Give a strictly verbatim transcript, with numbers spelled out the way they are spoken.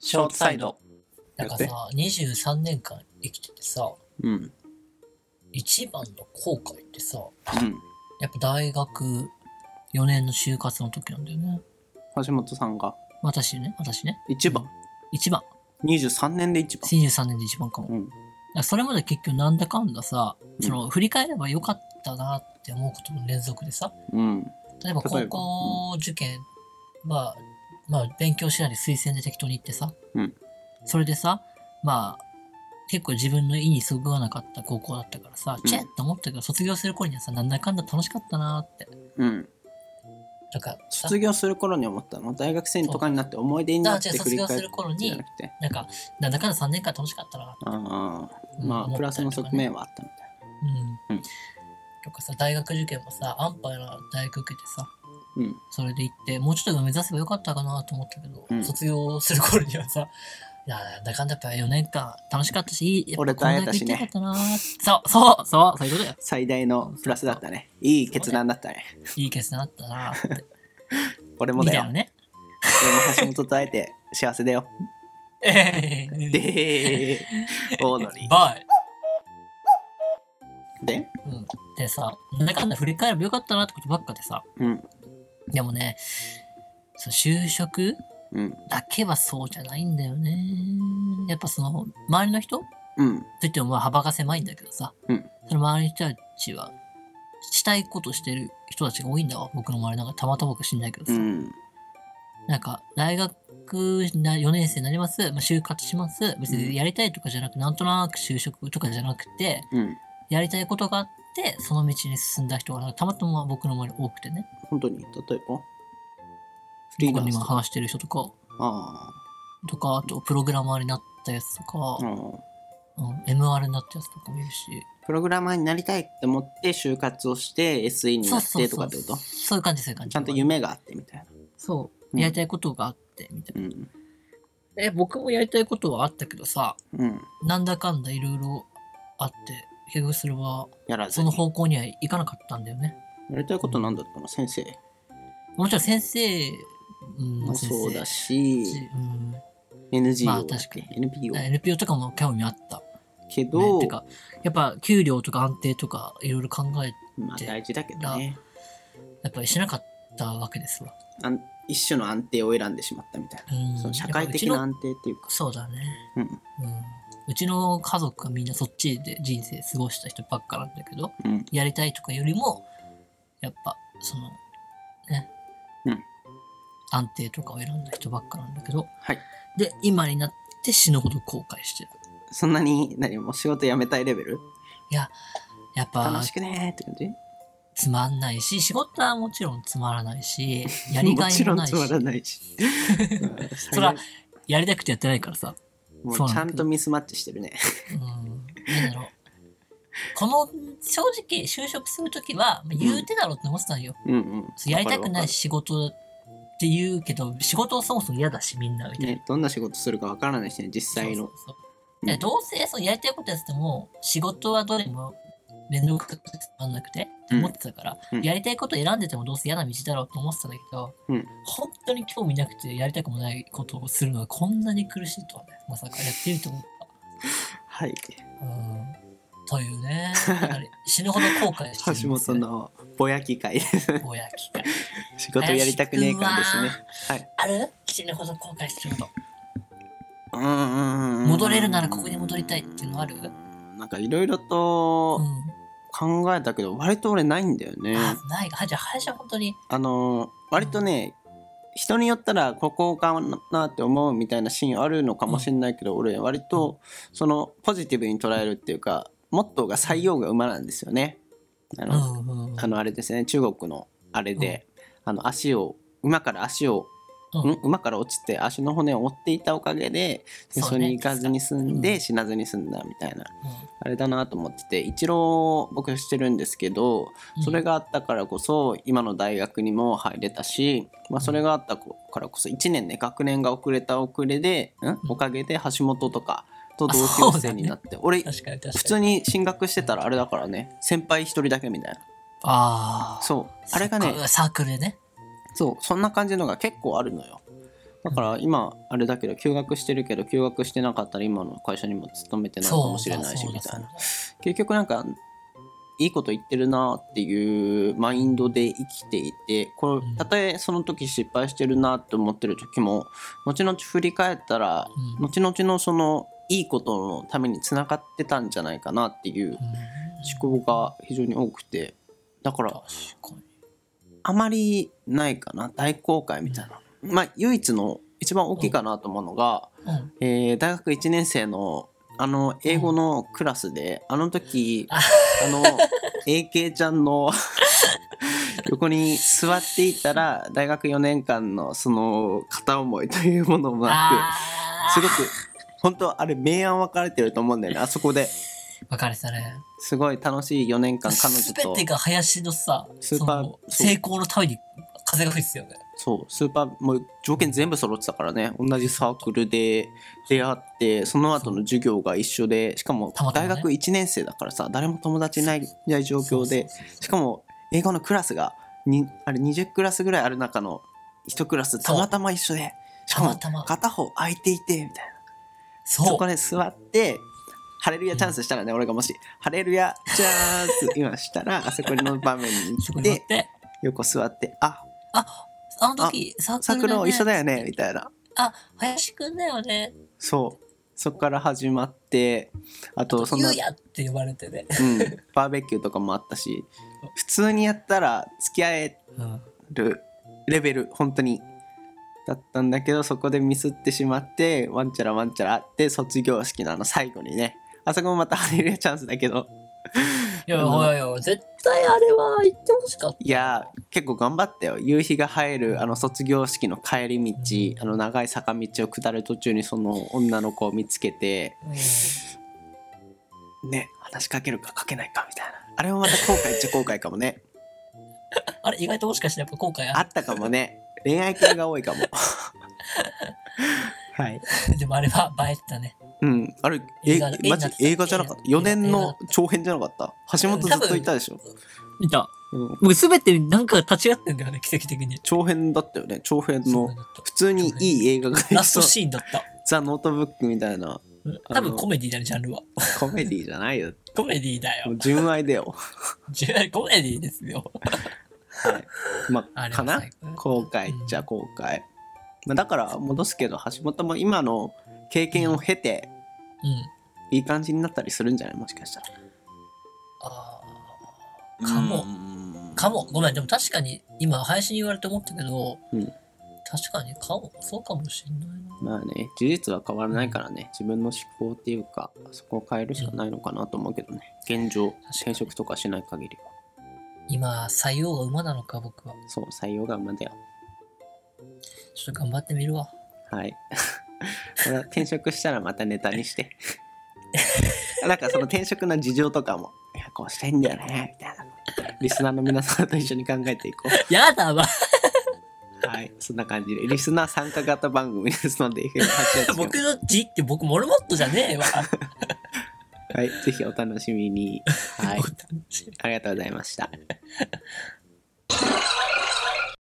ショートサイド。 なんかさ、にじゅうさんねんかん生きててさ、 うん。 一番の後悔ってさ、 うん。 やっぱ大学よねんの就活の時なんだよね。 橋本さんが私ね、私ね。 一番。 うん一番。 にじゅうさんねんで一番。 にじゅうさんねんで一番かも。 うん。 だからそれまで結局なんだかんださ、その振り返ればよかったなって思うことの連続でさ、 うん。 例えば高例えば校受験、まあ、まあ勉強しないで推薦で適当に行ってさ、 うんそれでさ、まあ、結構自分の意にそぐわなかった高校だったからさ、 うんチェッと思ったけど、卒業する頃にはさ、なんだかんだ楽しかったなーって。 うん。 とかさ、 卒業する頃に思ったの大学生とかになって思い出になって振り返って卒業する頃にじゃなくて。 なんか、なんだかんださんねんかん楽しかったなって。 ああ。 うんまあ、 思ったりとかねプラスの側面はあったみたいうん。 うんとかさ、大学受験もさ、安牌な大学受けてさ、 な。うん。 それで行って、もうちょっと目指せばよかったかなと思ったけど、 うん卒業する頃にはさ、いや、なんだかんだやっぱよねんかん楽しかったし、やっぱ俺と会えたしねこんだけ行ってよかったなーそう、そう、そう、そういうことだよ。 最大のプラスだったね。いい決断だったね。 いい決断だったなーって。 俺もだよ。 みたいなね。 俺も橋本と会えて幸せだよ。 えー、 でー、大野に。 バイ。 でうん。でさ、なんだかんだ振り返ればよかったなってことばっかでさ、 うん。 でもね、そう就職うん。 だけはそうじゃないんだよね。やっぱその、周りの人とうん。 いってもまあ幅が狭いんだけどさ、 うんその周りの人たちは、したいことしてる人たちが多いんだわ。僕の周りなんかたまたまか知んないけどさ。 うん。 なんか、大学なよねん生になります。まあ、就活します。別にやりたいとかじゃなく、なんとなく就職とかじゃなくて、 うん。 やりたいことがあって、その道に進んだ人がたまたま僕の周り多くてね。 本当に例えばフリーここにランスとか。 今話してる人とか、 あとか、あとプログラマーになったやつとか、 あ。うん。 うん、エムアール になったやつとかもいるし。 プログラマーになりたいって思って就活をして エスイー になってとかってことそういう感じ、そういう感じ。 ちゃんと夢があってみたいな。 そうう。 んやりたいことがあって、みたいな。 うん。 え、僕もやりたいことはあったけどさ、 うん。 なんだかんだいろいろあって、結局それは、 やらずに。 その方向にはいかなかったんだよね。 やりたいことなんだったの先生もちろん先生、うん、 も先生そうだし、 うん、 エヌジーオーまあだっけ確かエヌピーオー。 エヌピーオー とかも興味あった。ね、 けど、 てか、やっぱ給料とか安定とかいろいろ考え、 まあ大事だけどね。 やっぱりしなかったわけですわ。 あん一種の安定を選んでしまったみたいな。 うん、 その社会的な安定っていうか。 そうだね。 うん。 うん。うちの家族がみんなそっちで人生過ごした人ばっかなんだけど、 うん。 やりたいとかよりも、やっぱ、その、ね、 うん。 安定とかを選んだ人ばっかなんだけど、 はい。 で、今になって死ぬほど後悔してる。 そんなに、何もう仕事辞めたいレベルいや、やっぱ楽、しくねーって感じつまんないし、仕事はもちろんつまらないし、やりがいもないし。 もちろんつまらないし。 それは、やりたくてやってないからさ。 もそうなんだけどうちゃんとミスマッチしてるね。 うん。なんだろう。この、正直、就職するときは、まあ言うてだろうって思ってたんよ。 うんうん。 やりたくない仕事って言うけど、仕事をそもそも嫌だし、みんな、みたいな。 ね、どんな仕事するかわからないしね、実際の。 そうそうそうでどうせそうやりたいことやってても、仕事はどれも面倒くさくてつまんなくてって思ってたから、 うんやりたいことを選んでてもどうせ嫌な道だろうと思ってたんだけど、 うん。 本当に興味なくてやりたくもないことをするのがこんなに苦しいとはね、まさかやってみると思っはい。 た。うん。というね、だから死ぬほど後悔してる橋んですよ。 本のぼやき会です。 ぼやきか。 仕事やりたくねえ感ですね。はい。 ある死ぬほど後悔してること。 うーん。 戻れるならここに戻りたいっていうのある？ なんかいろいろとうん。 考えたけど、割と俺ないんだよね。 あ、ないか。じゃあ、林は本当に。 あのー、割とね、人によったらここかなって思うみたいなシーンあるのかもしれないけど、俺割とそのポジティブに捉えるっていうか、モットーが採用が馬なんですよね。あの、 うんうん。 あのあれですね、中国のあれで、あの足を馬から足を、 うんん馬から落ちて足の骨を折っていたおかげで戦争に行かずに済んで、 うん死なずに済んだみたいな、 うんあれだなと思ってて、一郎僕知ってるんですけど、それがあったからこそ今の大学にも入れたし、まあ、それがあったからこそいちねんね、学年が遅れた遅れで、んおかげで橋本とかと同級生になって、俺確かに確かに。 普通に進学してたらあれだからね、先輩一人だけみたいな。 ああ。 そうあれがね、 サークルでね。 そうそんな感じのが結構あるのよ。 だから今あれだけど休学してるけど休学してなかったら今の会社にも勤めてないかもしれないしみたいな。結局なんかいいこと言ってるなっていうマインドで生きていて、これたとえその時失敗してるなって思ってる時も後々振り返ったら、うん、後々のそのいいことのためにつながってたんじゃないかなっていう思考が非常に多くて、だからあまりないかな大後悔みたいな、うん、まあ唯一の一番大きいかなと思うのが、うんえー、大学いちねん生のあの英語のクラスで、うん、あの時あの エーケー ちゃんの横に座っていたら大学よねんかんのその片思いというものもなく、すごく本当あれ明暗分かれてると思うんだよね。あそこで分かれてたね。 すごい楽しいよねんかん彼女と全てが林のさスーパー成功のために風が吹いてたよね。 そうスーパーもう条件全部揃ってたからね。同じサークルで出会ってその後の授業が一緒で、しかも大学いちねん生だからさ誰も友達いない状況で、しかも英語のクラスがにあれにじゅうクラスぐらいある中のいちクラスたまたま一緒で、しかも片方空いていてみたいな。そうそこで座ってハレルヤチャンスしたらね、うん、俺がもしハレルヤチャンス今したらあそこの場面に行って横座ってあああの時サークルの一緒だよねみたいな、 あ林くんだよね、 そうそこから始まって、あとそんなゆうやって呼ばれてね、 うん、バーベキューとかもあったし普通にやったら付き合えるレベル本当にだったんだけど、そこでミスってしまってワンチャラワンチャラあって卒業式のあの最後にね、あそこもまたハレルヤチャンスだけどいやいやいや絶対あれは行ってほしかった。 いや結構頑張ったよ。夕日が映えるあの卒業式の帰り道、うん、あの長い坂道を下る途中にその女の子を見つけて、うん、ね話しかけるかかけないかみたいな、あれもまた後悔っちゃ後悔かもねあれ意外ともしかしてやっぱ後悔あったかもね。恋愛系が多いかもはいでもあれは映えてたね。 うん、あれ映画マジ映画じゃなかった。よねんの長編じゃなかった。橋本ずっといたでしょ。 いた、うん、僕すべてなんか立ち会ってんだよね奇跡的に。 長編だったよね。長編の普通にいい映画がラストシーンだった。 ザ・ノートブックみたいな。 多分コメディだねジャンルは。 コメディじゃないよ。 コメディだよ。 純愛だよ。 純愛コメディですよはい、まあかな後悔っちゃ後悔、うんまあ、だから戻すけど橋本も今の経験を経て、うん、いい感じになったりするんじゃないもしかしたら。 あーかもかもごめん。でも確かに今林に言われて思ったけど、うん、確かにかもそうかもしれないな。 まあね事実は変わらないからね、自分の思考っていうかそこを変えるしかないのかなと思うけどね、現状転職とかしない限りは。 今採用が馬なのか僕は。 そう採用が馬だよ。 ちょっと頑張ってみるわ。 はい俺は転職したらまたネタにしてなんかその転職の事情とかもいやこうしたいんだよねみたいなリスナーの皆さんと一緒に考えていこうやだわはいそんな感じでリスナー参加型番組ですので僕の字って僕モルモットじゃねえわはい、ぜひお楽しみに。はい、ありがとうございました。